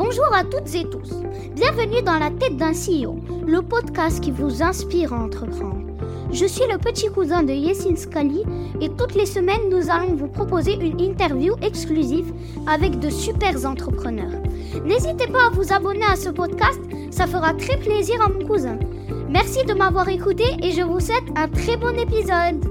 Bonjour à toutes et tous. Bienvenue dans La tête d'un CEO, le podcast qui vous inspire à entreprendre. Je suis le petit cousin de Yassine Scali et toutes les semaines, nous allons vous proposer une interview exclusive avec de super entrepreneurs. N'hésitez pas à vous abonner à ce podcast, ça fera très plaisir à mon cousin. Merci de m'avoir écouté et je vous souhaite un très bon épisode.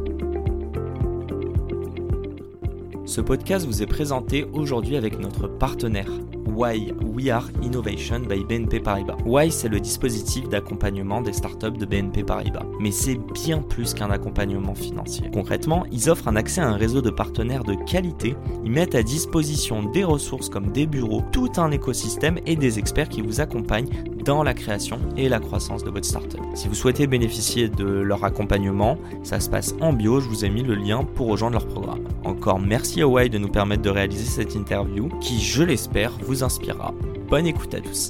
Ce podcast vous est présenté aujourd'hui avec notre partenaire Why, We Are Innovation by BNP Paribas. Why, c'est le dispositif d'accompagnement des startups de BNP Paribas. Mais c'est bien plus qu'un accompagnement financier. Concrètement, ils offrent un accès à un réseau de partenaires de qualité. Ils mettent à disposition des ressources comme des bureaux, tout un écosystème et des experts qui vous accompagnent dans la création et la croissance de votre startup. Si vous souhaitez bénéficier de leur accompagnement, ça se passe en bio, je vous ai mis le lien pour rejoindre leur programme. Encore merci à Why de nous permettre de réaliser cette interview qui, je l'espère, vous inspirera. Bonne écoute à tous.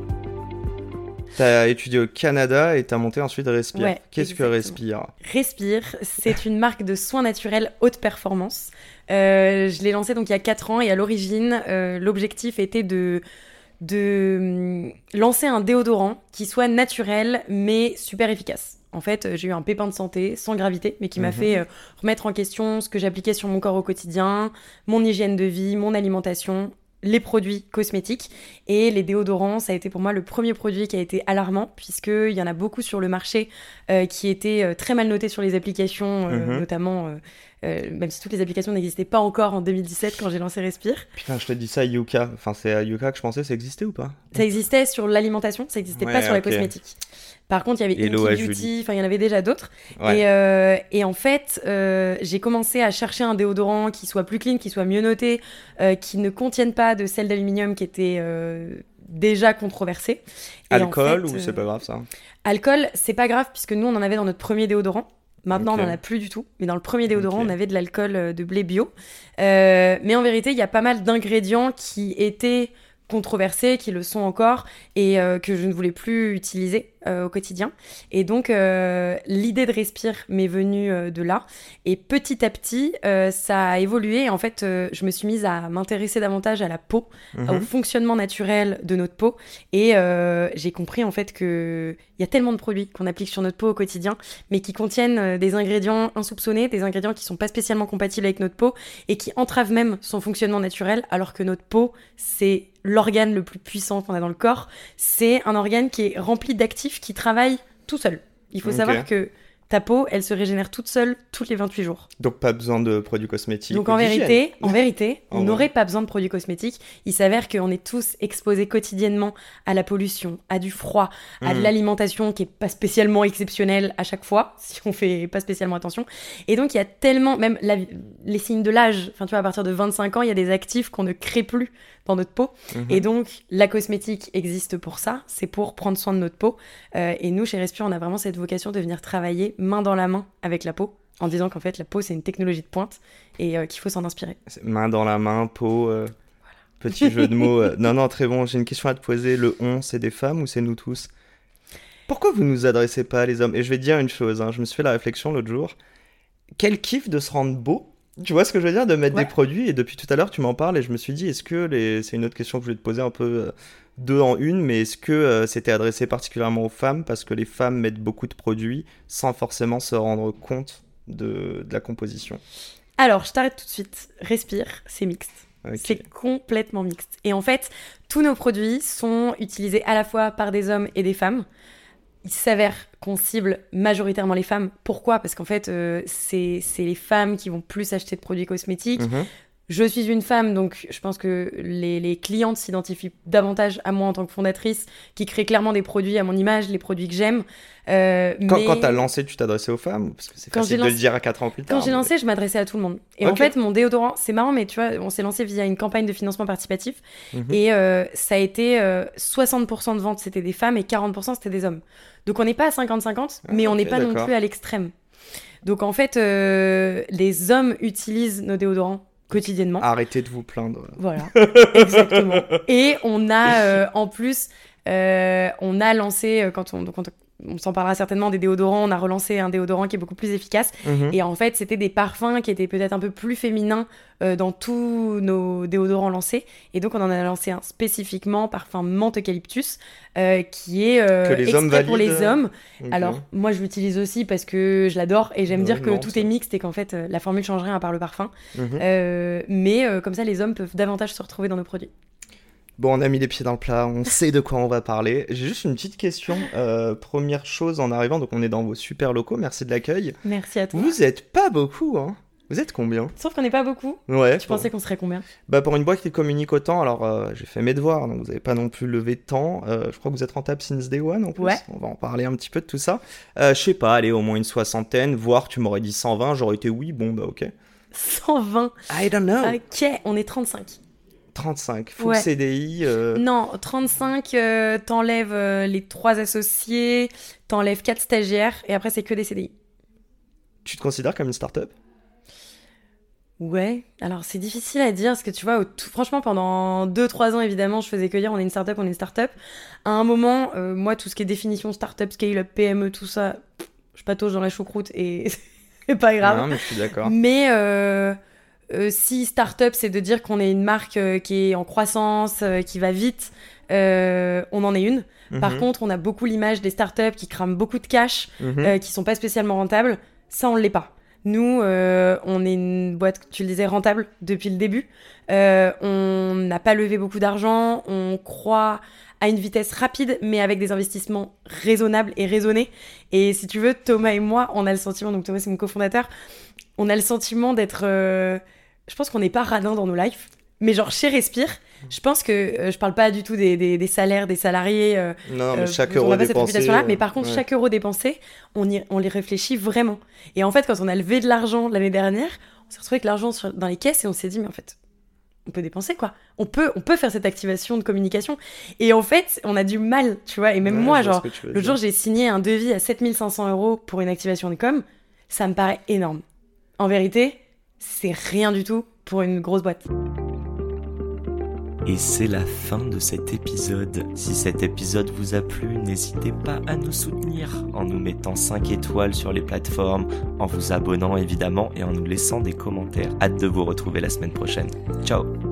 Tu as étudié au Canada et tu as monté ensuite Respire. Ouais, Qu'est-ce que Respire ? Respire, c'est une marque de soins naturels haute performance. Je l'ai lancée donc il y a 4 ans et à l'origine, l'objectif était de lancer un déodorant qui soit naturel mais super efficace. En fait, j'ai eu un pépin de santé sans gravité, mais qui m'a fait remettre en question ce que j'appliquais sur mon corps au quotidien, mon hygiène de vie, mon alimentation, les produits cosmétiques. Et les déodorants, ça a été pour moi le premier produit qui a été alarmant, puisqu'il y en a beaucoup sur le marché qui étaient très mal notés sur les applications, notamment... même si toutes les applications n'existaient pas encore en 2017 quand j'ai lancé Respire. Putain, je te dis ça, Yuka. Enfin, c'est à Yuka que je pensais, ça existait ou pas ? Ça existait sur l'alimentation, ça n'existait pas sur la cosmétique. Par contre, il y avait Inky Beauty, enfin, il y en avait déjà d'autres. Ouais. Et en fait, j'ai commencé à chercher un déodorant qui soit plus clean, qui soit mieux noté, qui ne contienne pas de sel d'aluminium qui était déjà controversé. Et alcool ou c'est pas grave ça ? Alcool, c'est pas grave puisque nous, on en avait dans notre premier déodorant. Maintenant, on n'en a plus du tout. Mais dans le premier déodorant, on avait de l'alcool de blé bio. Mais en vérité, il y a pas mal d'ingrédients qui étaient controversés, qui le sont encore, et que je ne voulais plus utiliser au quotidien. Et donc, l'idée de Respire m'est venue de là. Et petit à petit, ça a évolué. En fait, je me suis mise à m'intéresser davantage à la peau, au fonctionnement naturel de notre peau. Et j'ai compris en fait qu'il y a tellement de produits qu'on applique sur notre peau au quotidien, mais qui contiennent des ingrédients insoupçonnés, des ingrédients qui ne sont pas spécialement compatibles avec notre peau et qui entravent même son fonctionnement naturel, alors que notre peau, c'est l'organe le plus puissant qu'on a dans le corps. C'est un organe qui est rempli d'actifs qui travaille tout seul. Il faut savoir que ta peau, elle se régénère toute seule toutes les 28 jours. Donc pas besoin de produits cosmétiques. Donc en vérité, on n'aurait pas besoin de produits cosmétiques. Il s'avère qu'on est tous exposés quotidiennement à la pollution, à du froid, à de l'alimentation qui est pas spécialement exceptionnelle à chaque fois, si on fait pas spécialement attention. Et donc il y a tellement, même les signes de l'âge, enfin tu vois, à partir de 25 ans, il y a des actifs qu'on ne crée plus dans notre peau. Et donc, la cosmétique existe pour ça, c'est pour prendre soin de notre peau. Et nous, chez Respire, on a vraiment cette vocation de venir travailler main dans la main avec la peau, en disant qu'en fait, la peau, c'est une technologie de pointe et qu'il faut s'en inspirer. Main dans la main, peau, voilà. Petit jeu de mots. Non, très bon. J'ai une question à te poser. Le « on », c'est des femmes ou c'est nous tous ? Pourquoi vous ne nous adressez pas, les hommes ? Et je vais te dire une chose, je me suis fait la réflexion l'autre jour. Quel kiff de se rendre beau. Tu vois ce que je veux dire, de mettre des produits, et depuis tout à l'heure tu m'en parles et je me suis dit, est-ce que c'est une autre question que je voulais te poser un peu deux en une, mais est-ce que c'était adressé particulièrement aux femmes parce que les femmes mettent beaucoup de produits sans forcément se rendre compte de la composition ? Alors, je t'arrête tout de suite. Respire, c'est mixte. Okay. C'est complètement mixte. Et en fait, tous nos produits sont utilisés à la fois par des hommes et des femmes. Il s'avère qu'on cible majoritairement les femmes. Pourquoi ? Parce qu'en fait, c'est les femmes qui vont plus acheter de produits cosmétiques. Je suis une femme, donc je pense que les clientes s'identifient davantage à moi en tant que fondatrice, qui crée clairement des produits à mon image, les produits que j'aime. Quand t'as lancé, tu t'adressais aux femmes ? Parce que c'est facile de le dire à 4 ans plus tard. Quand j'ai lancé, je m'adressais à tout le monde. Et en fait, mon déodorant, c'est marrant, mais tu vois, on s'est lancé via une campagne de financement participatif. Et ça a été 60% de ventes, c'était des femmes, et 40% c'était des hommes. Donc on n'est pas à 50-50, mais on n'est pas non plus à l'extrême. Donc en fait, les hommes utilisent nos déodorants quotidiennement. Arrêtez de vous plaindre. Voilà, exactement. Et on a en plus, on a lancé, quand on s'en parlera certainement des déodorants. On a relancé un déodorant qui est beaucoup plus efficace. Et en fait, c'était des parfums qui étaient peut-être un peu plus féminins dans tous nos déodorants lancés. Et donc, on en a lancé un spécifiquement, parfum menthe eucalyptus, qui est extrait pour les hommes. Okay. Alors, moi, je l'utilise aussi parce que je l'adore et j'aime dire que tout est mixte et qu'en fait, la formule change rien à part le parfum. Mais comme ça, les hommes peuvent davantage se retrouver dans nos produits. Bon, on a mis les pieds dans le plat, on sait de quoi on va parler. J'ai juste une petite question. Première chose en arrivant, donc on est dans vos super locaux, merci de l'accueil. Merci à toi. Vous êtes pas beaucoup, hein? Vous êtes combien? Sauf qu'on n'est pas beaucoup. Ouais. Tu pensais qu'on serait combien? Bah pour une boîte qui communique autant, alors j'ai fait mes devoirs, donc vous n'avez pas non plus levé de temps. Je crois que vous êtes rentable since day one en plus. Ouais. On va en parler un petit peu de tout ça. Je sais pas, allez, au moins une soixantaine, voire tu m'aurais dit 120, j'aurais été oui, bon bah ok. 120. I don't know. Ok, on est 35. 35, full CDI. Non, 35, t'enlèves les 3 associés, t'enlèves 4 stagiaires, et après c'est que des CDI. Tu te considères comme une start-up? Ouais, alors c'est difficile à dire, parce que tu vois, franchement, pendant 2-3 ans, évidemment, je faisais que dire on est une start-up, on est une start-up. À un moment, moi, tout ce qui est définition start-up, scale-up, PME, tout ça, je patauge dans la choucroute et c'est pas grave. Non, mais je suis d'accord. Mais si start-up, c'est de dire qu'on est une marque qui est en croissance, qui va vite, on en est une. Par contre, on a beaucoup l'image des start-up qui crament beaucoup de cash, qui sont pas spécialement rentables. Ça, on l'est pas. Nous, on est une boîte, tu le disais, rentable depuis le début. On n'a pas levé beaucoup d'argent. On croît à une vitesse rapide, mais avec des investissements raisonnables et raisonnés. Et si tu veux, Thomas et moi, on a le sentiment, donc Thomas c'est mon cofondateur, on a le sentiment d'être... je pense qu'on n'est pas radin dans nos lives, mais genre chez Respire, je pense que je parle pas du tout des salaires des salariés. Non, mais chaque euro dépensé. Mais par contre, chaque euro dépensé, on les réfléchit vraiment. Et en fait, quand on a levé de l'argent l'année dernière, on s'est retrouvé avec l'argent dans les caisses et on s'est dit, mais en fait, on peut dépenser quoi. On peut faire cette activation de communication. Et en fait, on a du mal, tu vois. Et même moi, genre, le jour j'ai signé un devis à 7 500 € pour une activation de com, ça me paraît énorme. En vérité, c'est rien du tout pour une grosse boîte. Et c'est la fin de cet épisode. Si cet épisode vous a plu, n'hésitez pas à nous soutenir en nous mettant 5 étoiles sur les plateformes, en vous abonnant évidemment et en nous laissant des commentaires. Hâte de vous retrouver la semaine prochaine. Ciao!